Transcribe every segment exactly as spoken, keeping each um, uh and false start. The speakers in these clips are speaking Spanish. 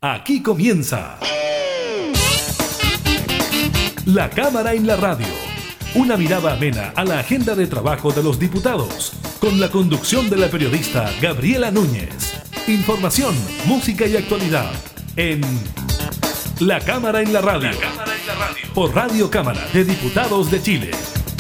Aquí comienza La Cámara en la Radio. Una mirada amena a la agenda de trabajo de los diputados, con la conducción de la periodista Gabriela Núñez. Información, música y actualidad en La Cámara en la Radio. La Cámara en la Radio. Por Radio Cámara de Diputados de Chile.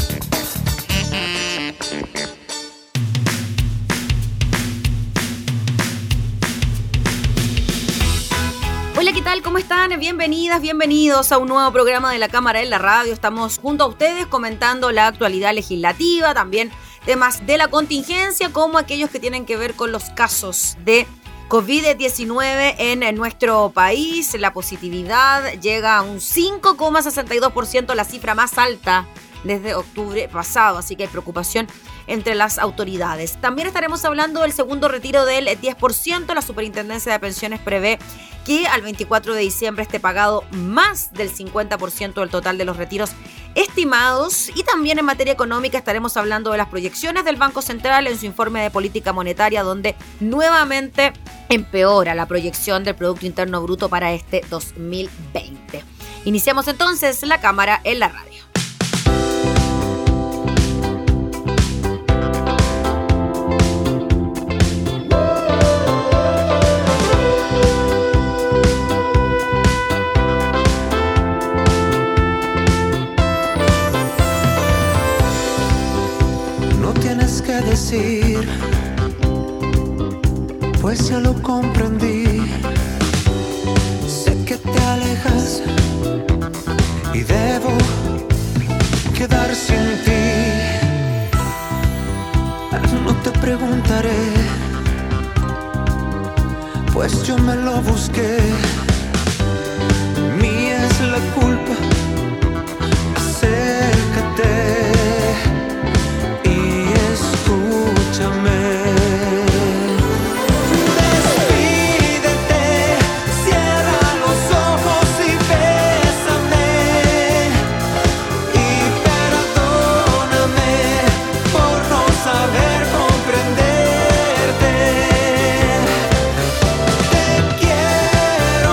Hola, ¿qué tal? ¿Cómo están? Bienvenidas, bienvenidos a un nuevo programa de La Cámara en la Radio. Estamos junto a ustedes comentando la actualidad legislativa, también temas de la contingencia, como aquellos que tienen que ver con los casos de covid diecinueve en nuestro país. La positividad llega a un cinco coma sesenta y dos por ciento, la cifra más alta desde octubre pasado, así que hay preocupación entre las autoridades. También estaremos hablando del segundo retiro del diez por ciento. La Superintendencia de Pensiones prevé que al veinticuatro de diciembre esté pagado más del cincuenta por ciento del total de los retiros estimados. Y también en materia económica estaremos hablando de las proyecciones del Banco Central en su informe de política monetaria, donde nuevamente empeora la proyección del Producto Interno Bruto para este dos mil veinte. Iniciamos entonces La Cámara en la Radio. Decir, pues ya lo comprendí. Sé que te alejas y debo quedar sin ti. No te preguntaré, pues yo me lo busqué. Mía es la culpa, acércate. Quiero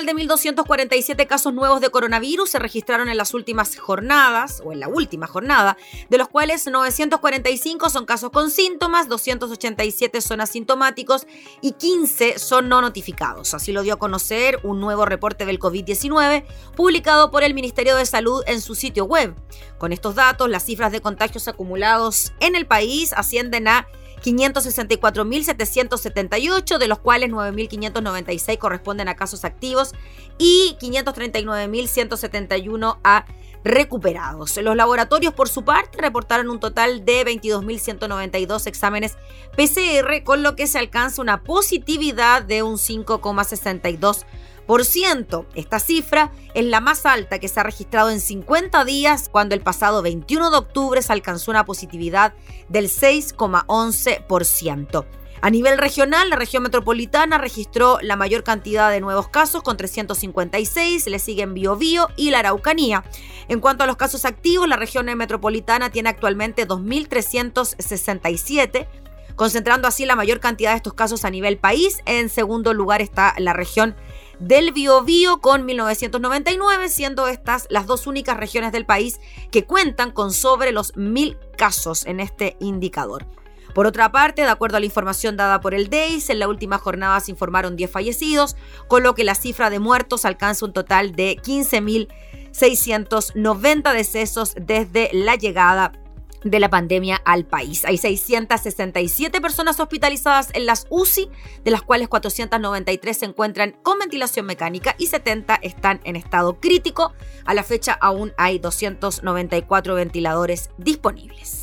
total de mil doscientos cuarenta y siete casos nuevos de coronavirus se registraron en las últimas jornadas, o en la última jornada, de los cuales novecientos cuarenta y cinco son casos con síntomas, doscientos ochenta y siete son asintomáticos y quince son no notificados. Así lo dio a conocer un nuevo reporte del COVID diecinueve publicado por el Ministerio de Salud en su sitio web. Con estos datos, las cifras de contagios acumulados en el país ascienden a quinientos sesenta y cuatro mil setecientos setenta y ocho, de los cuales nueve mil quinientos noventa y seis corresponden a casos activos y quinientos treinta y nueve mil ciento setenta y uno a recuperados. Los laboratorios, por su parte, reportaron un total de veintidós mil ciento noventa y dos exámenes P C R, con lo que se alcanza una positividad de un cinco coma sesenta y dos por ciento. Esta cifra es la más alta que se ha registrado en cincuenta días, cuando el pasado veintiuno de octubre se alcanzó una positividad del seis coma once por ciento. A nivel regional, la región metropolitana registró la mayor cantidad de nuevos casos, con trescientos cincuenta y seis, le siguen Biobío y la Araucanía. En cuanto a los casos activos, la región metropolitana tiene actualmente dos mil trescientos sesenta y siete, concentrando así la mayor cantidad de estos casos a nivel país. En segundo lugar está la región del Biobío con mil novecientos noventa y nueve, siendo estas las dos únicas regiones del país que cuentan con sobre los mil casos en este indicador. Por otra parte, de acuerdo a la información dada por el D E I S, en la última jornada se informaron diez fallecidos, con lo que la cifra de muertos alcanza un total de quince mil seiscientos noventa decesos desde la llegada de la pandemia al país. Hay seiscientas sesenta y siete personas hospitalizadas en las U C I, de las cuales cuatrocientas noventa y tres se encuentran con ventilación mecánica y setenta están en estado crítico. A la fecha aún hay doscientos noventa y cuatro ventiladores disponibles.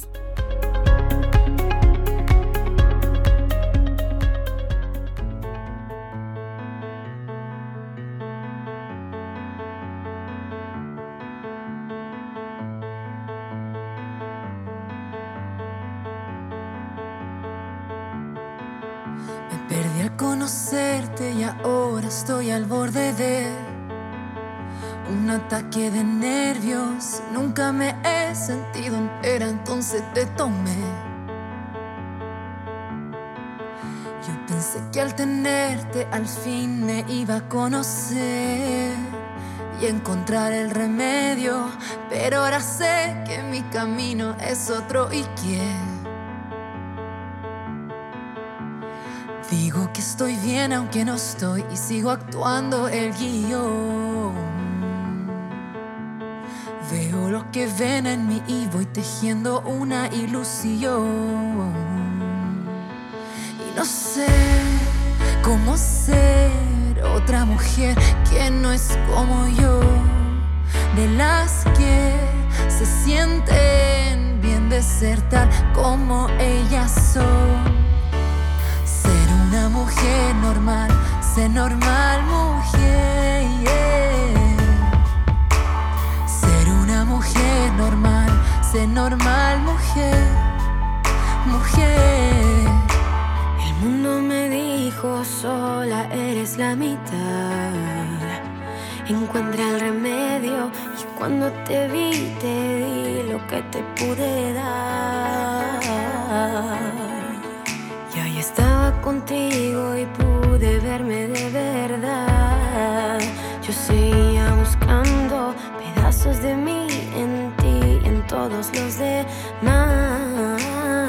Perdí al conocerte y ahora estoy al borde de un ataque de nervios. Nunca me he sentido entera, entonces te tomé. Yo pensé que al tenerte al fin me iba a conocer y encontrar el remedio, pero ahora sé que mi camino es otro y que digo que estoy bien aunque no estoy y sigo actuando el guión. Veo lo que ven en mí y voy tejiendo una ilusión. Y no sé cómo ser otra mujer que no es como yo, de las que se sienten bien de ser tal como ellas son. Una mujer normal, sé normal mujer, yeah. Ser una mujer normal, sé normal mujer, mujer. El mundo me dijo sola eres la mitad, encuentra el remedio y cuando te vi te di lo que te pude dar. Y ahí estaba contigo y pude verme de verdad. Yo seguía buscando pedazos de mí en ti y en todos los demás.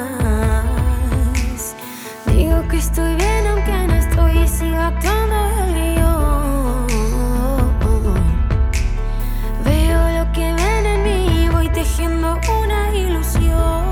Digo que estoy bien aunque no estoy y sigo actuando el guión. Veo lo que ven en mí y voy tejiendo una ilusión.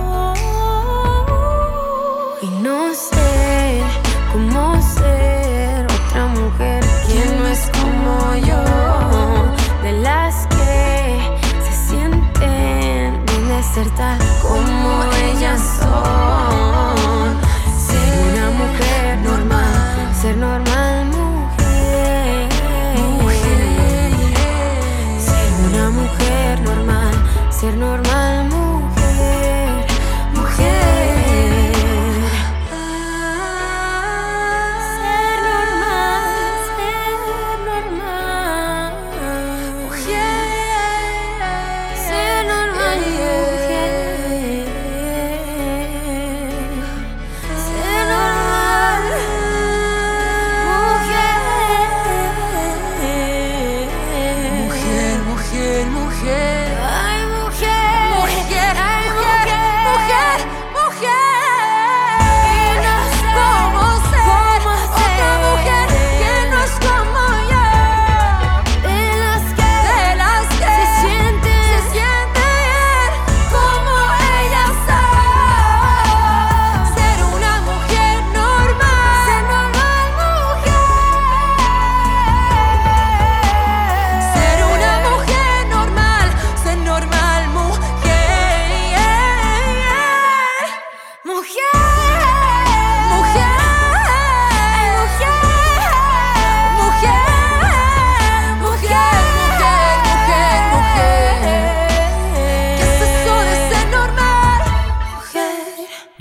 No sé cómo ser otra mujer que no es como yo, de las que se sienten bien de ser tal como ellas son. Ser una mujer normal, ser normal mujer, mujer. Ser una mujer normal, ser normal mujer, mujer.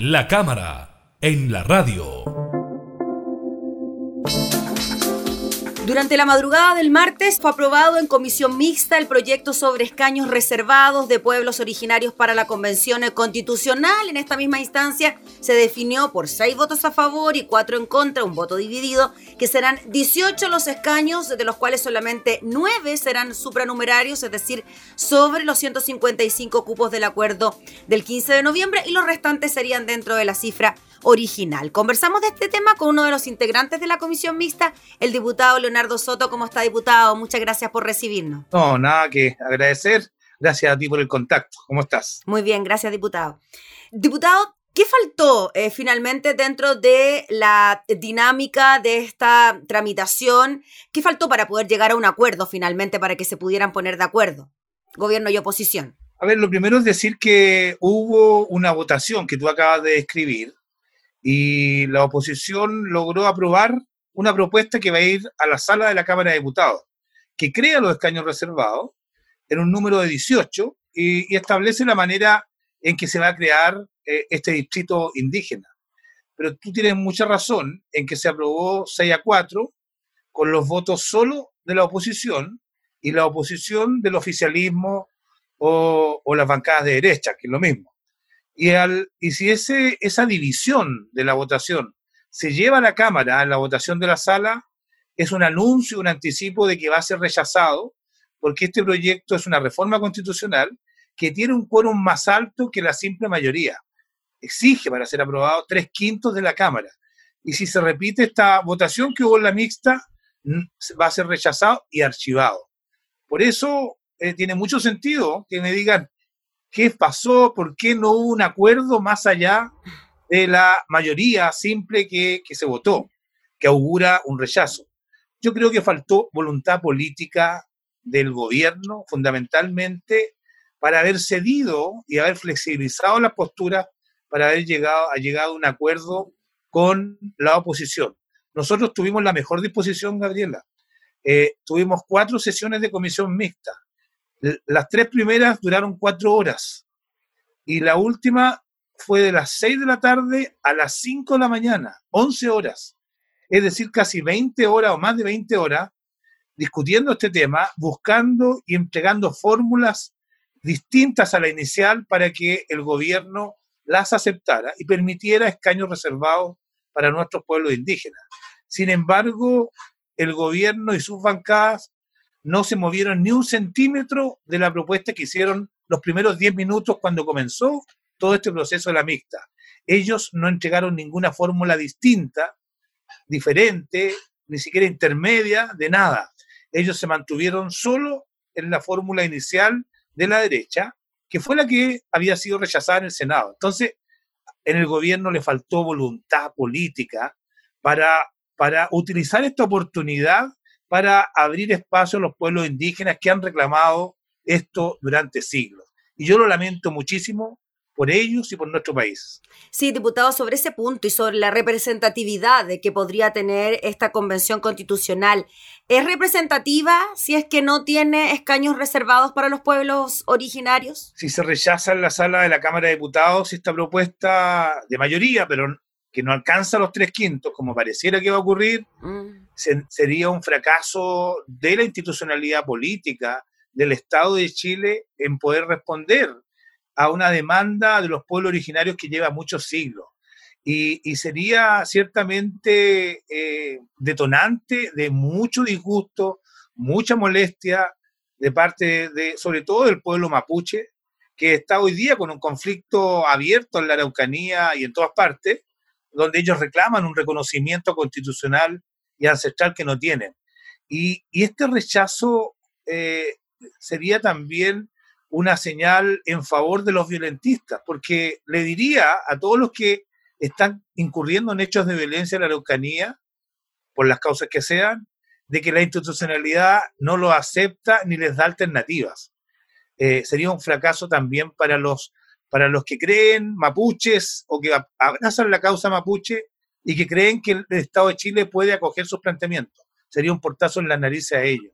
La cámara en la radio. Durante la madrugada del martes fue aprobado en comisión mixta el proyecto sobre escaños reservados de pueblos originarios para la Convención Constitucional. En esta misma instancia se definió por seis votos a favor y cuatro en contra, un voto dividido, que serán dieciocho los escaños, de los cuales solamente nueve serán supranumerarios, es decir, sobre los ciento cincuenta y cinco cupos del acuerdo del quince de noviembre, y los restantes serían dentro de la cifra original. Conversamos de este tema con uno de los integrantes de la comisión mixta, el diputado Leonardo Soto. ¿Cómo está, diputado? Muchas gracias por recibirnos. No, nada que agradecer. Gracias a ti por el contacto. ¿Cómo estás? Muy bien, gracias, diputado. Diputado, ¿qué faltó eh, finalmente dentro de la dinámica de esta tramitación? ¿Qué faltó para poder llegar a un acuerdo finalmente, para que se pudieran poner de acuerdo gobierno y oposición? A ver, lo primero es decir que hubo una votación que tú acabas de describir y la oposición logró aprobar una propuesta que va a ir a la sala de la Cámara de Diputados, que crea los escaños reservados en un número de dieciocho y, y establece la manera en que se va a crear eh, este distrito indígena. Pero tú tienes mucha razón en que se aprobó seis a cuatro con los votos solo de la oposición y la oposición del oficialismo o, o las bancadas de derecha, que es lo mismo. Y, al, y si ese, esa división de la votación se lleva a la Cámara en la votación de la sala, es un anuncio, un anticipo de que va a ser rechazado, porque este proyecto es una reforma constitucional que tiene un quórum más alto que la simple mayoría. Exige, para ser aprobado, tres quintos de la Cámara. Y si se repite esta votación que hubo en la mixta, va a ser rechazado y archivado. Por eso eh, tiene mucho sentido que me digan qué pasó, por qué no hubo un acuerdo más allá de la mayoría simple que, que se votó, que augura un rechazo. Yo creo que faltó voluntad política del gobierno, fundamentalmente, para haber cedido y haber flexibilizado las posturas, para haber llegado, ha llegado a un acuerdo con la oposición. Nosotros tuvimos la mejor disposición, Gabriela. Eh, tuvimos cuatro sesiones de comisión mixta. Las tres primeras duraron cuatro horas y la última fue de las seis de la tarde a las cinco de la mañana, once horas. Es decir, casi veinte horas o más de veinte horas discutiendo este tema, buscando y entregando fórmulas distintas a la inicial para que el gobierno las aceptara y permitiera escaños reservados para nuestros pueblos indígenas. Sin embargo, el gobierno y sus bancadas no se movieron ni un centímetro de la propuesta que hicieron los primeros diez minutos cuando comenzó todo este proceso de la mixta. Ellos no entregaron ninguna fórmula distinta, diferente, ni siquiera intermedia, de nada. Ellos se mantuvieron solo en la fórmula inicial de la derecha, que fue la que había sido rechazada en el Senado. Entonces, en el gobierno le faltó voluntad política para, para utilizar esta oportunidad para abrir espacio a los pueblos indígenas que han reclamado esto durante siglos. Y yo lo lamento muchísimo por ellos y por nuestro país. Sí, diputado, sobre ese punto y sobre la representatividad de que podría tener esta convención constitucional, ¿es representativa si es que no tiene escaños reservados para los pueblos originarios? Si se rechaza en la sala de la Cámara de Diputados esta propuesta de mayoría, pero que no alcanza los tres quintos, como pareciera que va a ocurrir, mm. se, sería un fracaso de la institucionalidad política del Estado de Chile en poder responder a una demanda de los pueblos originarios que lleva muchos siglos. Y, y sería ciertamente eh, detonante de mucho disgusto, mucha molestia de parte de, sobre todo del pueblo mapuche, que está hoy día con un conflicto abierto en la Araucanía y en todas partes, donde ellos reclaman un reconocimiento constitucional y ancestral que no tienen. Y, y este rechazo eh, sería también una señal en favor de los violentistas, porque le diría a todos los que están incurriendo en hechos de violencia en la Araucanía, por las causas que sean, de que la institucionalidad no lo acepta ni les da alternativas. Eh, sería un fracaso también para los, para los que creen mapuches o que abrazan la causa mapuche y que creen que el Estado de Chile puede acoger sus planteamientos. Sería un portazo en la nariz a ellos.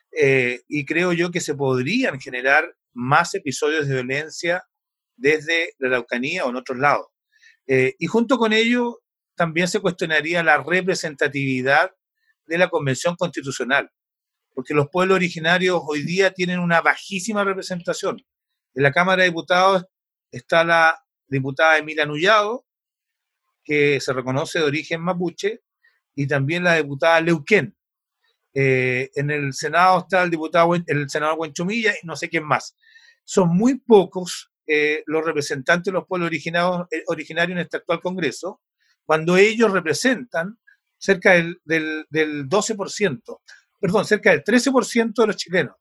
Eh, y creo yo que se podrían generar más episodios de violencia desde la Araucanía o en otros lados. Eh, y junto con ello también se cuestionaría la representatividad de la Convención Constitucional, porque los pueblos originarios hoy día tienen una bajísima representación. En la Cámara de Diputados está la diputada Emilia Nullado, que se reconoce de origen mapuche, y también la diputada Leuquén. Eh, en el Senado está el diputado, el senador Huenchumilla y no sé quién más. Son muy pocos eh, los representantes de los pueblos originarios, eh, originarios en este actual Congreso, cuando ellos representan cerca del, del, del doce por ciento, perdón, cerca del trece por ciento de los chilenos.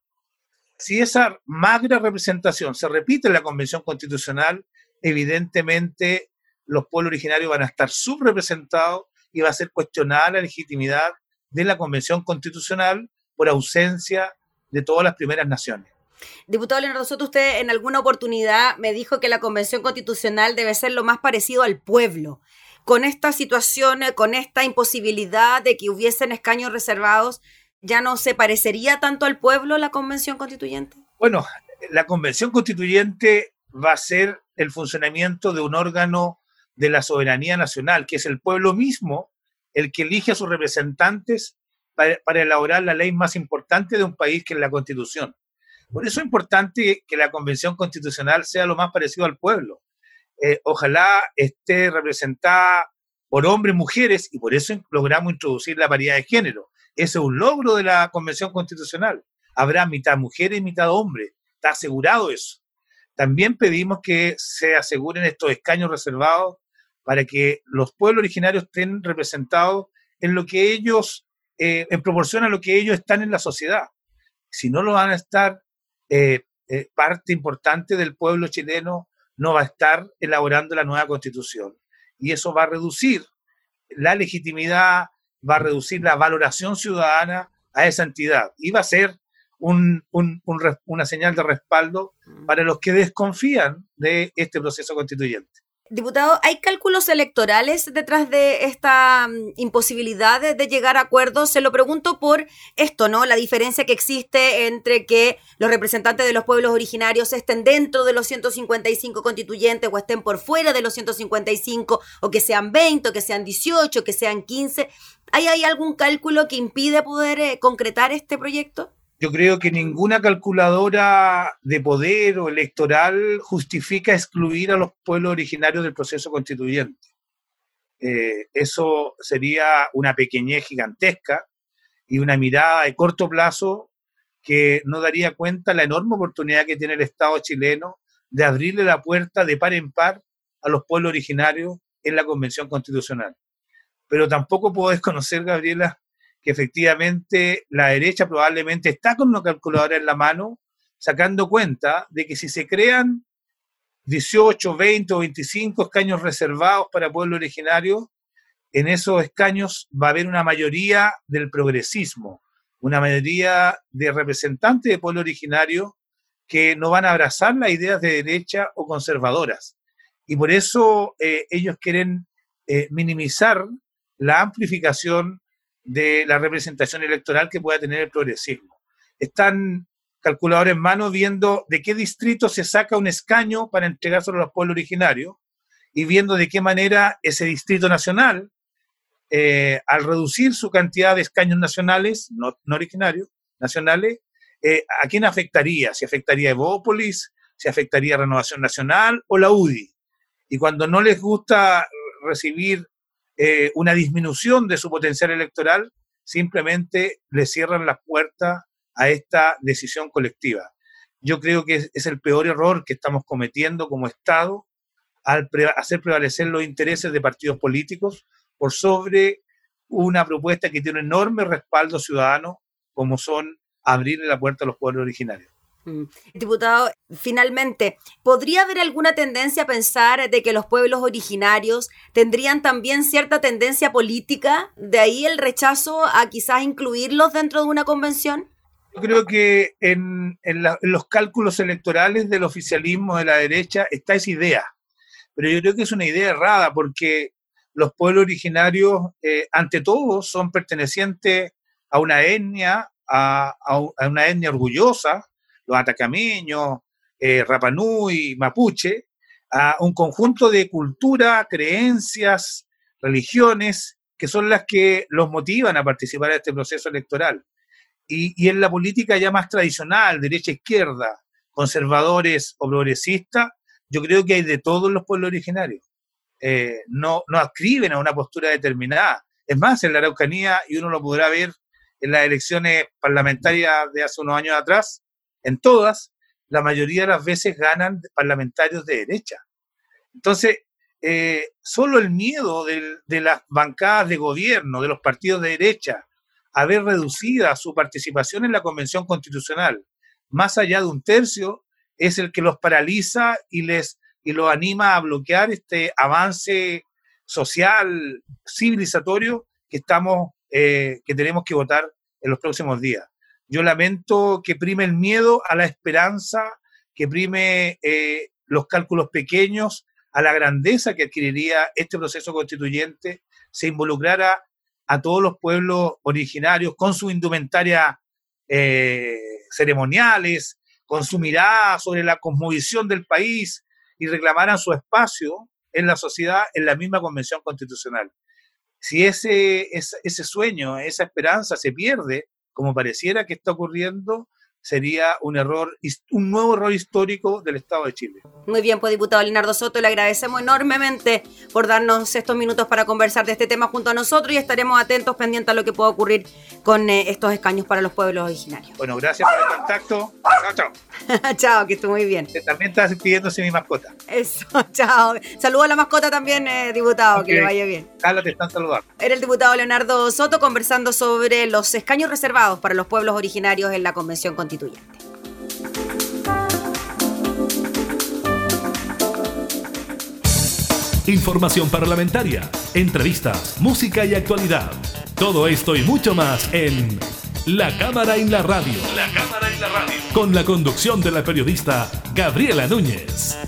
Si esa magra representación se repite en la Convención Constitucional, evidentemente los pueblos originarios van a estar subrepresentados y va a ser cuestionada la legitimidad de la Convención Constitucional por ausencia de todas las primeras naciones. Diputado Leonardo Soto, usted en alguna oportunidad me dijo que la Convención Constitucional debe ser lo más parecido al pueblo. Con esta situación, con esta imposibilidad de que hubiesen escaños reservados, ¿ya no se parecería tanto al pueblo la Convención Constituyente? Bueno, la Convención Constituyente va a ser el funcionamiento de un órgano de la soberanía nacional, que es el pueblo mismo el que elige a sus representantes para, para elaborar la ley más importante de un país, que es la Constitución. Por eso es importante que la Convención Constitucional sea lo más parecido al pueblo. Eh, ojalá esté representada por hombres y mujeres, y por eso logramos introducir la paridad de género. Ese es un logro de la Convención Constitucional. Habrá mitad mujeres y mitad hombres. Está asegurado eso. También pedimos que se aseguren estos escaños reservados para que los pueblos originarios estén representados en lo que ellos, eh, en proporción a lo que ellos están en la sociedad. Si no lo van a estar, eh, eh, parte importante del pueblo chileno no va a estar elaborando la nueva Constitución. Y eso va a reducir la legitimidad, va a reducir la valoración ciudadana a esa entidad. Y va a ser un, un, un, una señal de respaldo para los que desconfían de este proceso constituyente. Diputado, ¿hay cálculos electorales detrás de esta um, imposibilidad de, de llegar a acuerdos? Se lo pregunto por esto, ¿no? La diferencia que existe entre que los representantes de los pueblos originarios estén dentro de los ciento cincuenta y cinco constituyentes o estén por fuera de los ciento cincuenta y cinco, o que sean veinte, o que sean dieciocho, que sean quince. ¿Hay, hay algún cálculo que impide poder eh, concretar este proyecto? Yo creo que ninguna calculadora de poder o electoral justifica excluir a los pueblos originarios del proceso constituyente. Eh, eso sería una pequeñez gigantesca y una mirada de corto plazo que no daría cuenta la enorme oportunidad que tiene el Estado chileno de abrirle la puerta de par en par a los pueblos originarios en la Convención Constitucional. Pero tampoco puedo desconocer, Gabriela, que efectivamente la derecha probablemente está con una calculadora en la mano, sacando cuenta de que si se crean dieciocho, veinte o veinticinco escaños reservados para pueblos originarios, en esos escaños va a haber una mayoría del progresismo, una mayoría de representantes de pueblo originario que no van a abrazar las ideas de derecha o conservadoras. Y por eso eh, ellos quieren eh, minimizar la amplificación de la representación electoral que pueda tener el progresismo. Están calculadores en mano viendo de qué distrito se saca un escaño para entregárselo a los pueblos originarios y viendo de qué manera ese distrito nacional, eh, al reducir su cantidad de escaños nacionales, no, no originarios, nacionales, eh, ¿a quién afectaría? Si afectaría a Evópolis, si afectaría a Renovación Nacional o la U D I. Y cuando no les gusta recibir Eh, una disminución de su potencial electoral, simplemente le cierran las puertas a esta decisión colectiva. Yo creo que es, es el peor error que estamos cometiendo como Estado al pre- hacer prevalecer los intereses de partidos políticos por sobre una propuesta que tiene un enorme respaldo ciudadano, como son abrirle la puerta a los pueblos originarios. Diputado, finalmente, ¿podría haber alguna tendencia a pensar de que los pueblos originarios tendrían también cierta tendencia política? ¿De ahí el rechazo a quizás incluirlos dentro de una convención? Yo creo que en, en, la, en los cálculos electorales del oficialismo de la derecha está esa idea, pero yo creo que es una idea errada porque los pueblos originarios, eh, ante todo, son pertenecientes a una etnia, a, a una etnia orgullosa, los atacameños, eh, Rapanui, Mapuche, a un conjunto de cultura, creencias, religiones, que son las que los motivan a participar en este proceso electoral. Y, y en la política ya más tradicional, derecha-izquierda, conservadores o progresistas, yo creo que hay de todos los pueblos originarios. Eh, no, no adscriben a una postura determinada. Es más, en la Araucanía, y uno lo podrá ver en las elecciones parlamentarias de hace unos años atrás, en todas, la mayoría de las veces ganan parlamentarios de derecha. Entonces, eh, solo el miedo del, de las bancadas de gobierno, de los partidos de derecha, a ver reducida su participación en la Convención Constitucional, más allá de un tercio, es el que los paraliza y les y los anima a bloquear este avance social, civilizatorio que estamos, eh, que tenemos que votar en los próximos días. Yo lamento que prime el miedo a la esperanza, que prime eh, los cálculos pequeños a la grandeza que adquiriría este proceso constituyente, se involucrara a todos los pueblos originarios con su indumentaria eh, ceremoniales, con su mirada sobre la cosmovisión del país y reclamaran su espacio en la sociedad en la misma Convención Constitucional. Si ese, ese, ese sueño, esa esperanza se pierde, como pareciera que está ocurriendo, sería un error, un nuevo error histórico del Estado de Chile. Muy bien, pues diputado Leonardo Soto, le agradecemos enormemente por darnos estos minutos para conversar de este tema junto a nosotros y estaremos atentos, pendientes a lo que pueda ocurrir con eh, estos escaños para los pueblos originarios. Bueno, gracias por el contacto. Chao, chao. Chao, que esté muy bien. También estás pidiéndose mi mascota. Eso, chao. Saludos a la mascota también, eh, diputado, okay. Que le vaya bien. Carla, te están saludando. Era el diputado Leonardo Soto conversando sobre los escaños reservados para los pueblos originarios en la Convención Constituyente. Información parlamentaria, entrevistas, música y actualidad. Todo esto y mucho más en La Cámara en la Radio. La Cámara en la Radio. Con la conducción de la periodista Gabriela Núñez.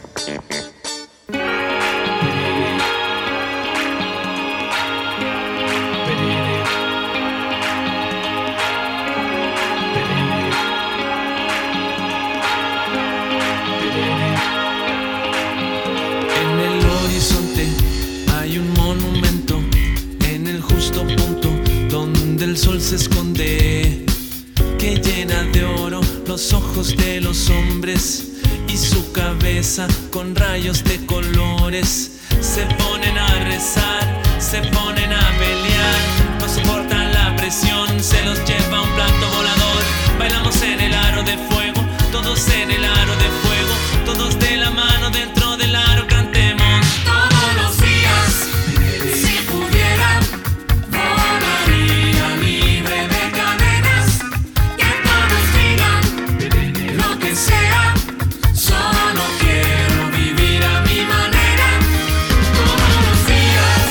El sol se esconde, que llena de oro los ojos de los hombres y su cabeza con rayos de colores. Se ponen a rezar, se ponen a pelear, no soportan la presión, se los lleva un plato volador. Bailamos en el aro de fuego, todos en el aro de fuego, todos de la mano dentro del aro cantemos. Todos los días, si pudiera, volaría libre de cadenas, que todos digan lo que sea, solo quiero vivir a mi manera, todos los días.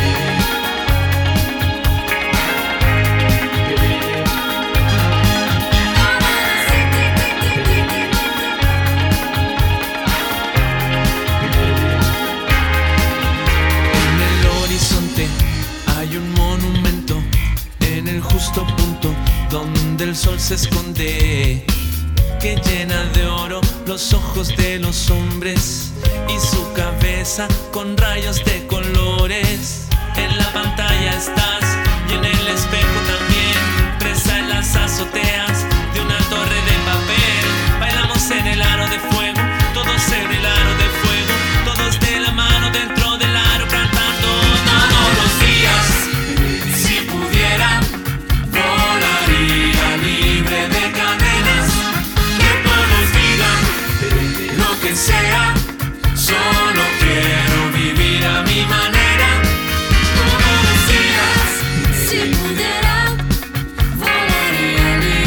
En el horizonte hay un monumento, en el justo punto donde el sol se esconde, que llena de oro los ojos de los hombres y su cabeza con rayos de colores. En la pantalla estás y en el espejo también, presa en las azoteas de una torre de papel. Bailamos en el aro de fuego, todos en el aro de fuego, todos de la mano dentro del aro cantando. Todos los días, si pudiera, volaría libre de cadenas, que todos digan lo que sea, solo quiero vivir a mi manera. Todos los días, si pudiera, volaría libre.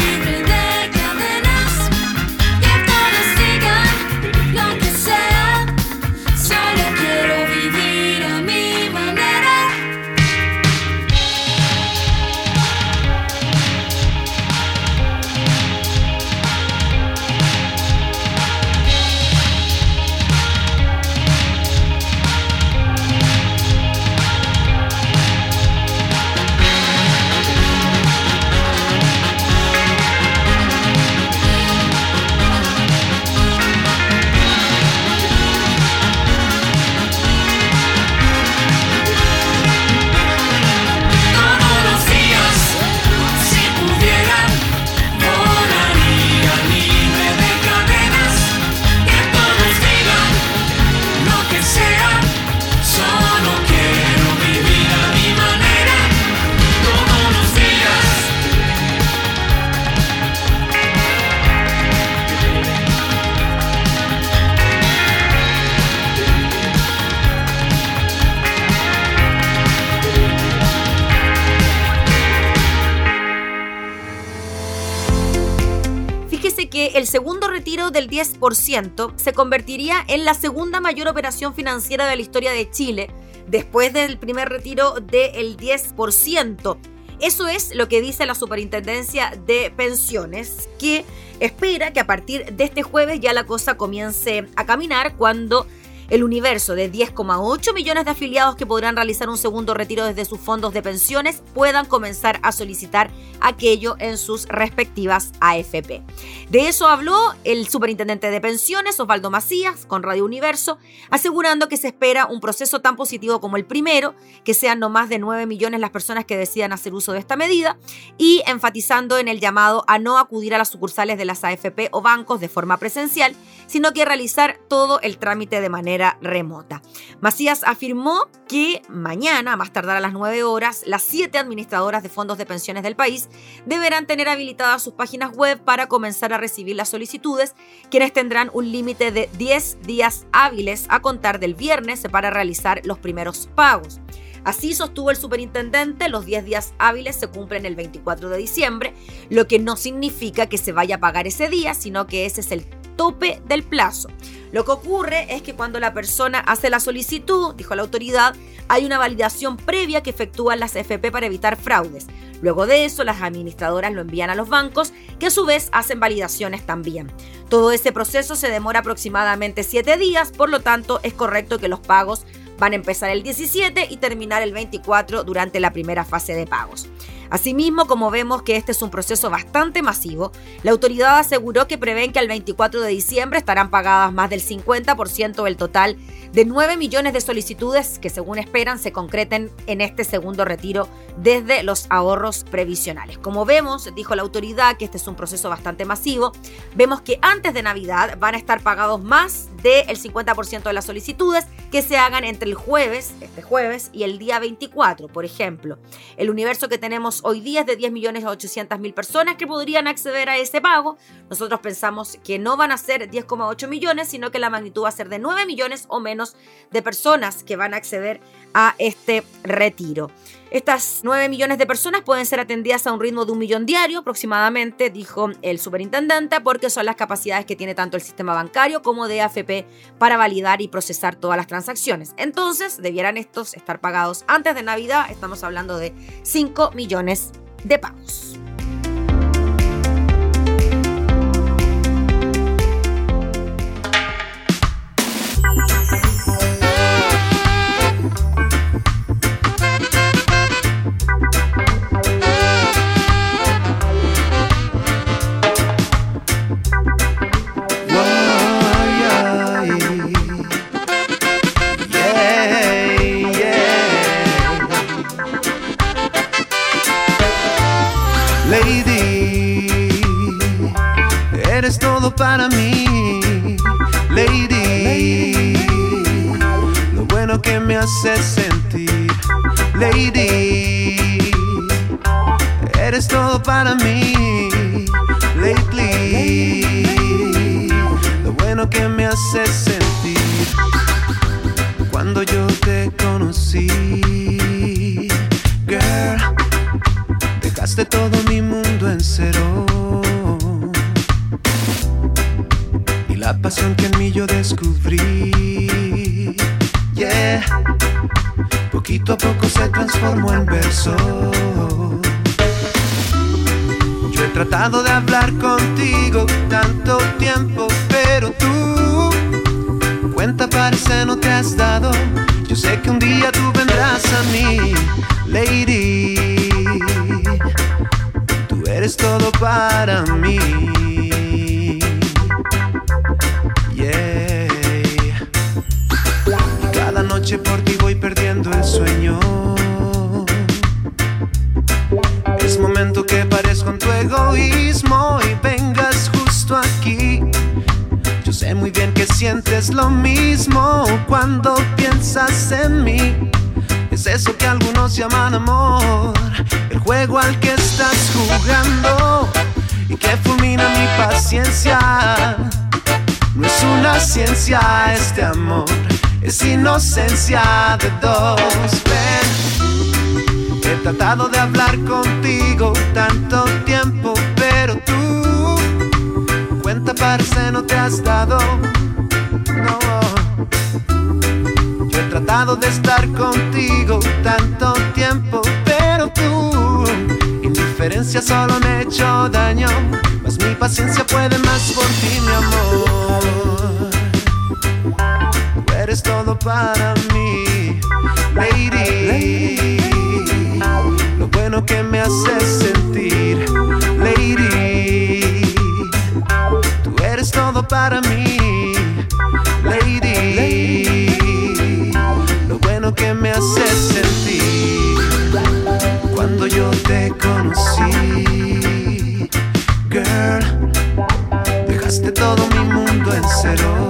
el segundo retiro del diez por ciento se convertiría en la segunda mayor operación financiera de la historia de Chile, después del primer retiro del diez por ciento. Eso es lo que dice la Superintendencia de Pensiones, que espera que a partir de este jueves ya la cosa comience a caminar cuando el universo de diez coma ocho millones de afiliados que podrán realizar un segundo retiro desde sus fondos de pensiones puedan comenzar a solicitar aquello en sus respectivas A F P. De eso habló el superintendente de pensiones, Osvaldo Macías, con Radio Universo, asegurando que se espera un proceso tan positivo como el primero, que sean no más de nueve millones las personas que decidan hacer uso de esta medida, y enfatizando en el llamado a no acudir a las sucursales de las A F P o bancos de forma presencial, sino que realizar todo el trámite de manera remota. Macías afirmó que mañana, a más tardar a las nueve horas, las siete administradoras de fondos de pensiones del país deberán tener habilitadas sus páginas web para comenzar a recibir las solicitudes, quienes tendrán un límite de diez días hábiles a contar del viernes para realizar los primeros pagos. Así sostuvo el superintendente, los diez días hábiles se cumplen el veinticuatro de diciembre, lo que no significa que se vaya a pagar ese día, sino que ese es el tope del plazo. Lo que ocurre es que cuando la persona hace la solicitud, dijo la autoridad, hay una validación previa que efectúan las A F P para evitar fraudes. Luego de eso, las administradoras lo envían a los bancos, que a su vez hacen validaciones también. Todo ese proceso se demora aproximadamente siete días, por lo tanto es correcto que los pagos van a empezar el diecisiete y terminar el veinticuatro durante la primera fase de pagos. Asimismo, como vemos que este es un proceso bastante masivo, la autoridad aseguró que prevén que al veinticuatro de diciembre estarán pagadas más del cincuenta por ciento del total de nueve millones de solicitudes que, según esperan, se concreten en este segundo retiro desde los ahorros previsionales. Como vemos, dijo la autoridad que este es un proceso bastante masivo, vemos que antes de Navidad van a estar pagados más del cincuenta por ciento de las solicitudes que se hagan entre el jueves, este jueves, y el día veinticuatro, por ejemplo. El universo que tenemos hoy día es de diez millones ochocientas mil personas que podrían acceder a ese pago. Nosotros pensamos que no van a ser diez coma ocho millones, sino que la magnitud va a ser de nueve millones o menos de personas que van a acceder a este retiro. Estas nueve millones de personas pueden ser atendidas a un ritmo de un millón diario aproximadamente, dijo el superintendente, porque son las capacidades que tiene tanto el sistema bancario como de A F P para validar y procesar todas las transacciones. Entonces, debieran estos estar pagados antes de Navidad. Estamos hablando de cinco millones de pagos. Para mí, lady, lo bueno que me hace sentir, lady, eres todo para mí, lately, lo bueno que me hace sentir. Cuando yo te conocí, girl, dejaste todo mi mundo en cero. La pasión que en mí yo descubrí, yeah, poquito a poco se transformó en verso. Yo he tratado de hablar contigo tanto tiempo, pero tú cuenta parece no te has dado. Yo sé que un día tú vendrás a mí, lady, tú eres todo para mí. Por ti voy perdiendo el sueño. Es momento que pares con tu egoísmo y vengas justo aquí. Yo sé muy bien que sientes lo mismo cuando piensas en mí. Es eso que algunos llaman amor, el juego al que estás jugando y que fulmina mi paciencia. No es una ciencia este amor, es inocencia de dos. Ven, he tratado de hablar contigo tanto tiempo, pero tú cuenta parece no te has dado. No. Yo he tratado de estar contigo tanto tiempo, pero tu indiferencia solo me ha hecho daño. Mas mi paciencia puede más por ti, mi amor. Tú eres todo para mí, lady. Lo bueno que me haces sentir, lady. Tú eres todo para mí, lady. Lo bueno que me haces sentir. Cuando yo te conocí, girl, dejaste todo mi mundo en cero.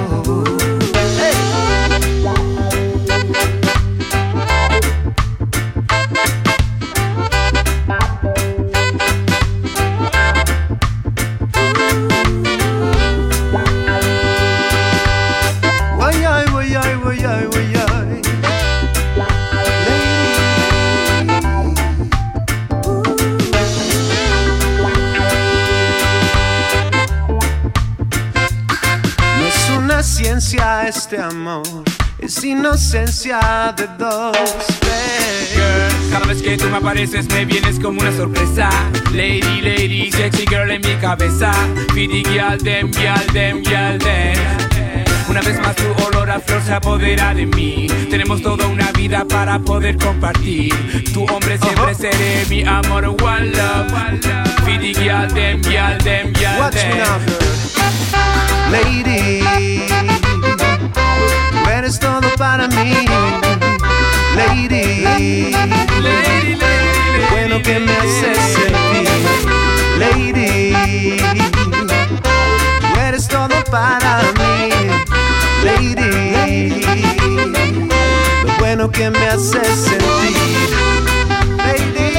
Este amor es inocencia de dos. Girl, cada vez que tú me apareces me vienes como una sorpresa. Lady, lady, sexy girl en mi cabeza. Fidi, gyal, dem, gyal, dem, gyal, dem. Una vez más tu olor a flor se apodera de mí. Tenemos toda una vida para poder compartir. Tu hombre siempre uh-huh. seré mi amor. One love, Fidi, gyal, dem, gyal, dem, gyal, dem. Lady, tú eres todo para mí, lady. Lady, lady, lady, lo bueno que me haces sentir, lady. Tú eres todo para mí, lady. Lo bueno que me haces sentir, lady.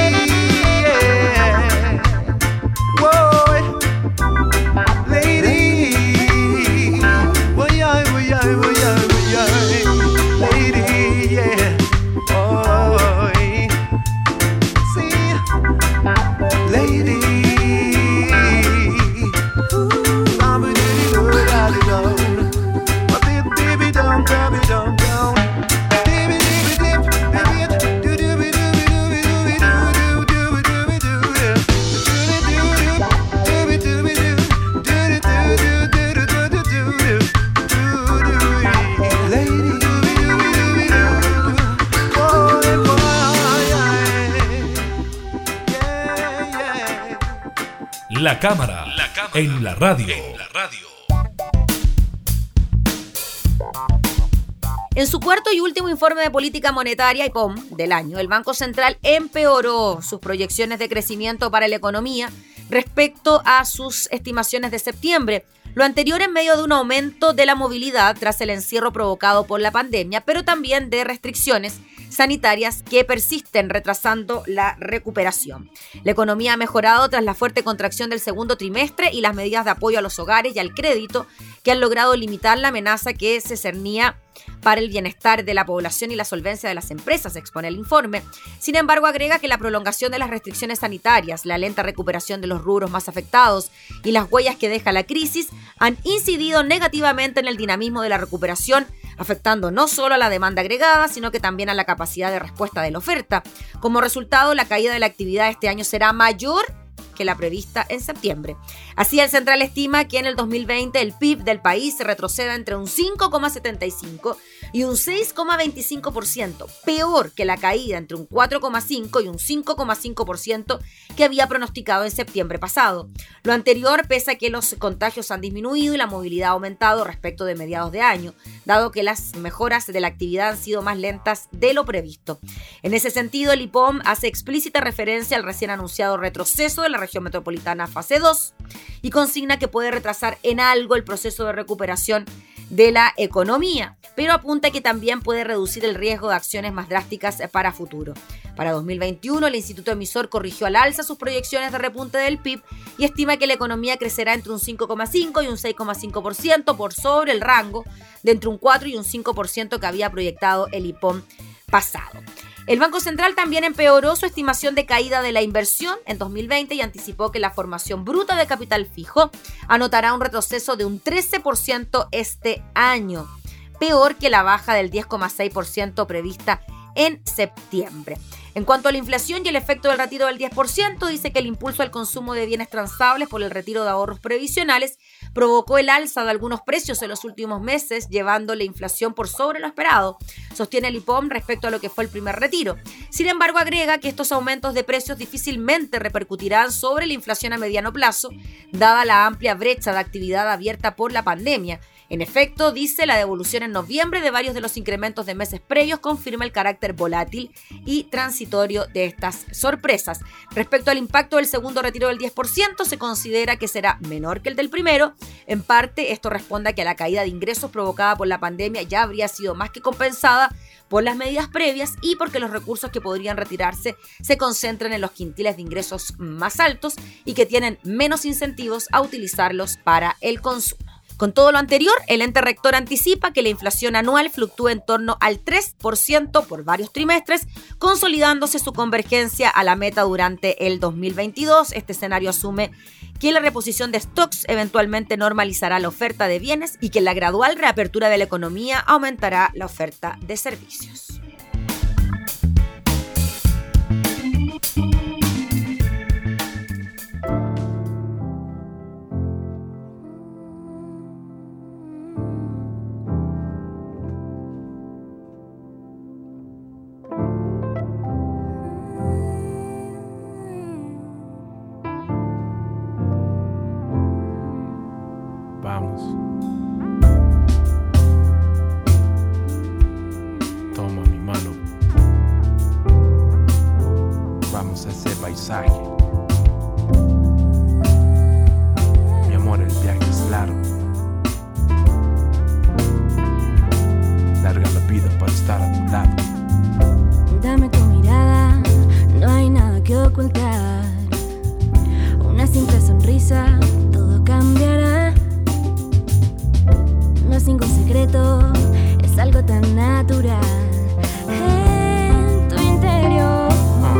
La cámara, la cámara en la radio. En la radio. En su cuarto y último informe de política monetaria I P O M del año, el Banco Central empeoró sus proyecciones de crecimiento para la economía respecto a sus estimaciones de septiembre. Lo anterior en medio de un aumento de la movilidad tras el encierro provocado por la pandemia, pero también de restricciones sanitarias que persisten retrasando la recuperación. La economía ha mejorado tras la fuerte contracción del segundo trimestre y las medidas de apoyo a los hogares y al crédito que han logrado limitar la amenaza que se cernía para el bienestar de la población y la solvencia de las empresas, expone el informe. Sin embargo, agrega que la prolongación de las restricciones sanitarias, la lenta recuperación de los rubros más afectados y las huellas que deja la crisis han incidido negativamente en el dinamismo de la recuperación, afectando no solo a la demanda agregada, sino que también a la capacidad de respuesta de la oferta. Como resultado, la caída de la actividad este año será mayor que la prevista en septiembre. Así, el Central estima que en el dos mil veinte el P I B del país se retroceda entre un cinco coma setenta y cinco y un seis coma veinticinco por ciento, peor que la caída entre un cuatro coma cinco y un cinco coma cinco por ciento que había pronosticado en septiembre pasado. Lo anterior pese a que los contagios han disminuido y la movilidad ha aumentado respecto de mediados de año, dado que las mejoras de la actividad han sido más lentas de lo previsto. En ese sentido, el I P O M hace explícita referencia al recién anunciado retroceso de la región metropolitana fase dos y consigna que puede retrasar en algo el proceso de recuperación de la economía, pero apunta que también puede reducir el riesgo de acciones más drásticas para futuro. Para dos mil veintiuno, el Instituto Emisor corrigió al alza sus proyecciones de repunte del P I B y estima que la economía crecerá entre un cinco coma cinco y un seis coma cinco por ciento por sobre el rango de entre un cuatro y un cinco por ciento que había proyectado el I P O M pasado. El Banco Central también empeoró su estimación de caída de la inversión en dos mil veinte y anticipó que la formación bruta de capital fijo anotará un retroceso de un trece por ciento este año, peor que la baja del diez coma seis por ciento prevista en septiembre. En cuanto a la inflación y el efecto del retiro del diez por ciento, dice que el impulso al consumo de bienes transables por el retiro de ahorros previsionales provocó el alza de algunos precios en los últimos meses, llevando la inflación por sobre lo esperado, sostiene el I P O M respecto a lo que fue el primer retiro. Sin embargo, agrega que estos aumentos de precios difícilmente repercutirán sobre la inflación a mediano plazo, dada la amplia brecha de actividad abierta por la pandemia. En efecto, dice, la devolución en noviembre de varios de los incrementos de meses previos confirma el carácter volátil y transitorio de estas sorpresas. Respecto al impacto del segundo retiro del diez por ciento, se considera que será menor que el del primero. En parte, esto responde a que la caída de ingresos provocada por la pandemia ya habría sido más que compensada por las medidas previas y porque los recursos que podrían retirarse se concentran en los quintiles de ingresos más altos y que tienen menos incentivos a utilizarlos para el consumo. Con todo lo anterior, el ente rector anticipa que la inflación anual fluctúe en torno al tres por ciento por varios trimestres, consolidándose su convergencia a la meta durante el dos mil veintidós. Este escenario asume que la reposición de stocks eventualmente normalizará la oferta de bienes y que la gradual reapertura de la economía aumentará la oferta de servicios. Mi amor, el viaje es largo. Larga la vida para estar a tu lado. Dame tu mirada, no hay nada que ocultar. Una simple sonrisa, todo cambiará. No es ningún secreto, es algo tan natural. En tu interior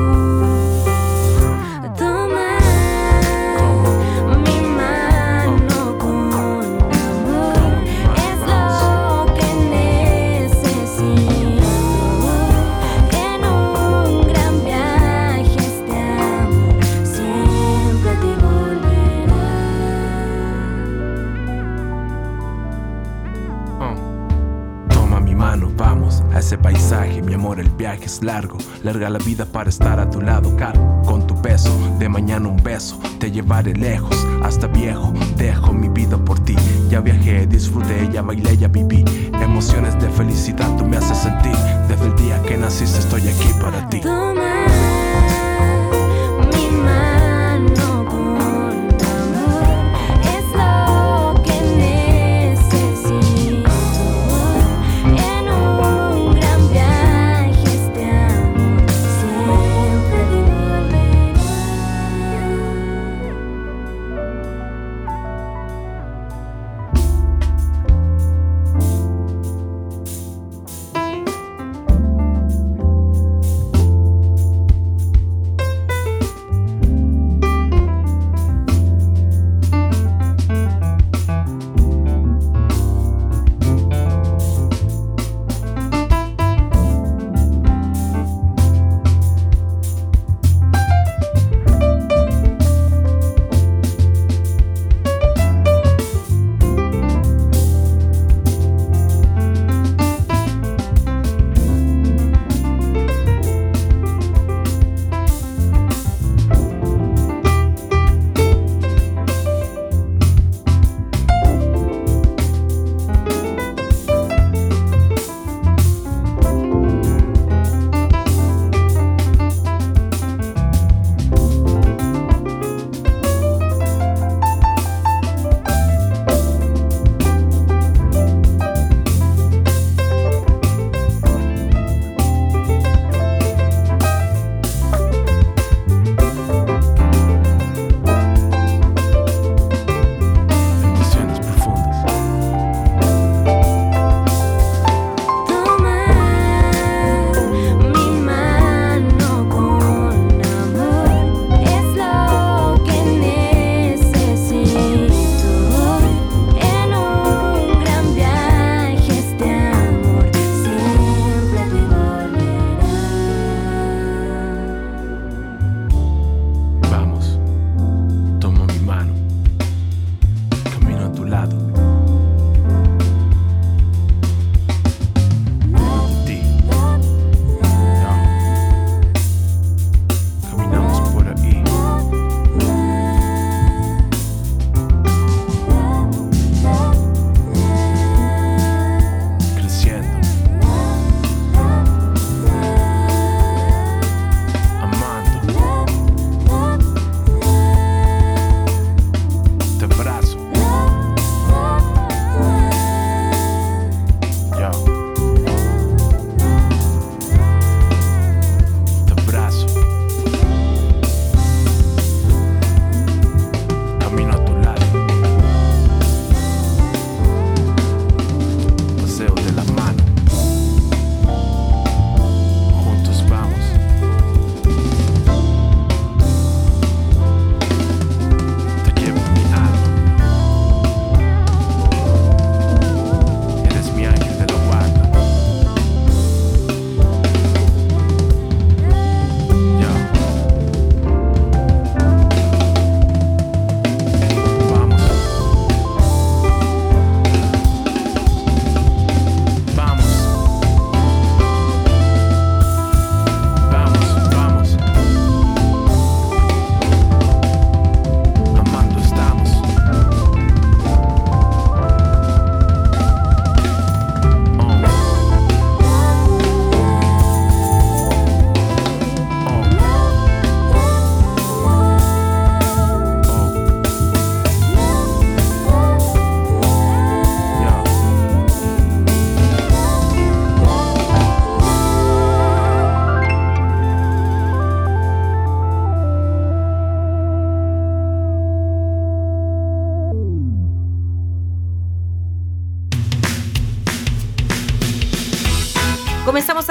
ese paisaje, mi amor, el viaje es largo. Larga la vida para estar a tu lado. Cargo con tu peso, de mañana un beso. Te llevaré lejos, hasta viejo. Dejo mi vida por ti. Ya viajé, disfruté, ya bailé, ya viví. Emociones de felicidad tú me haces sentir. Desde el día que naciste estoy aquí para ti. Toma mi mano con amor, es lo que necesito. En un gran viaje este amor siempre devolverá.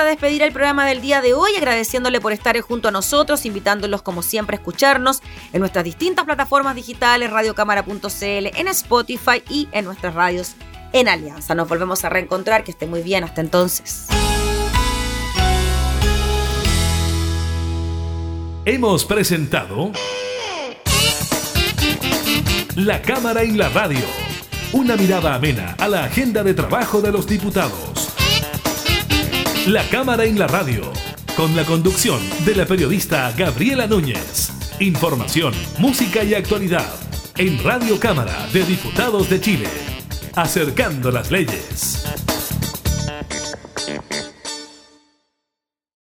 despedir el programa del día de hoy agradeciéndole por estar junto a nosotros, invitándolos como siempre a escucharnos en nuestras distintas plataformas digitales, radiocámara punto c l, en Spotify y en nuestras radios en Alianza. Nos volvemos a reencontrar, que esté muy bien, hasta entonces. Hemos presentado La Cámara en la Radio, una mirada amena a la agenda de trabajo de los diputados. La Cámara en la Radio, con la conducción de la periodista Gabriela Núñez. Información, música y actualidad en Radio Cámara de Diputados de Chile. Acercando las leyes.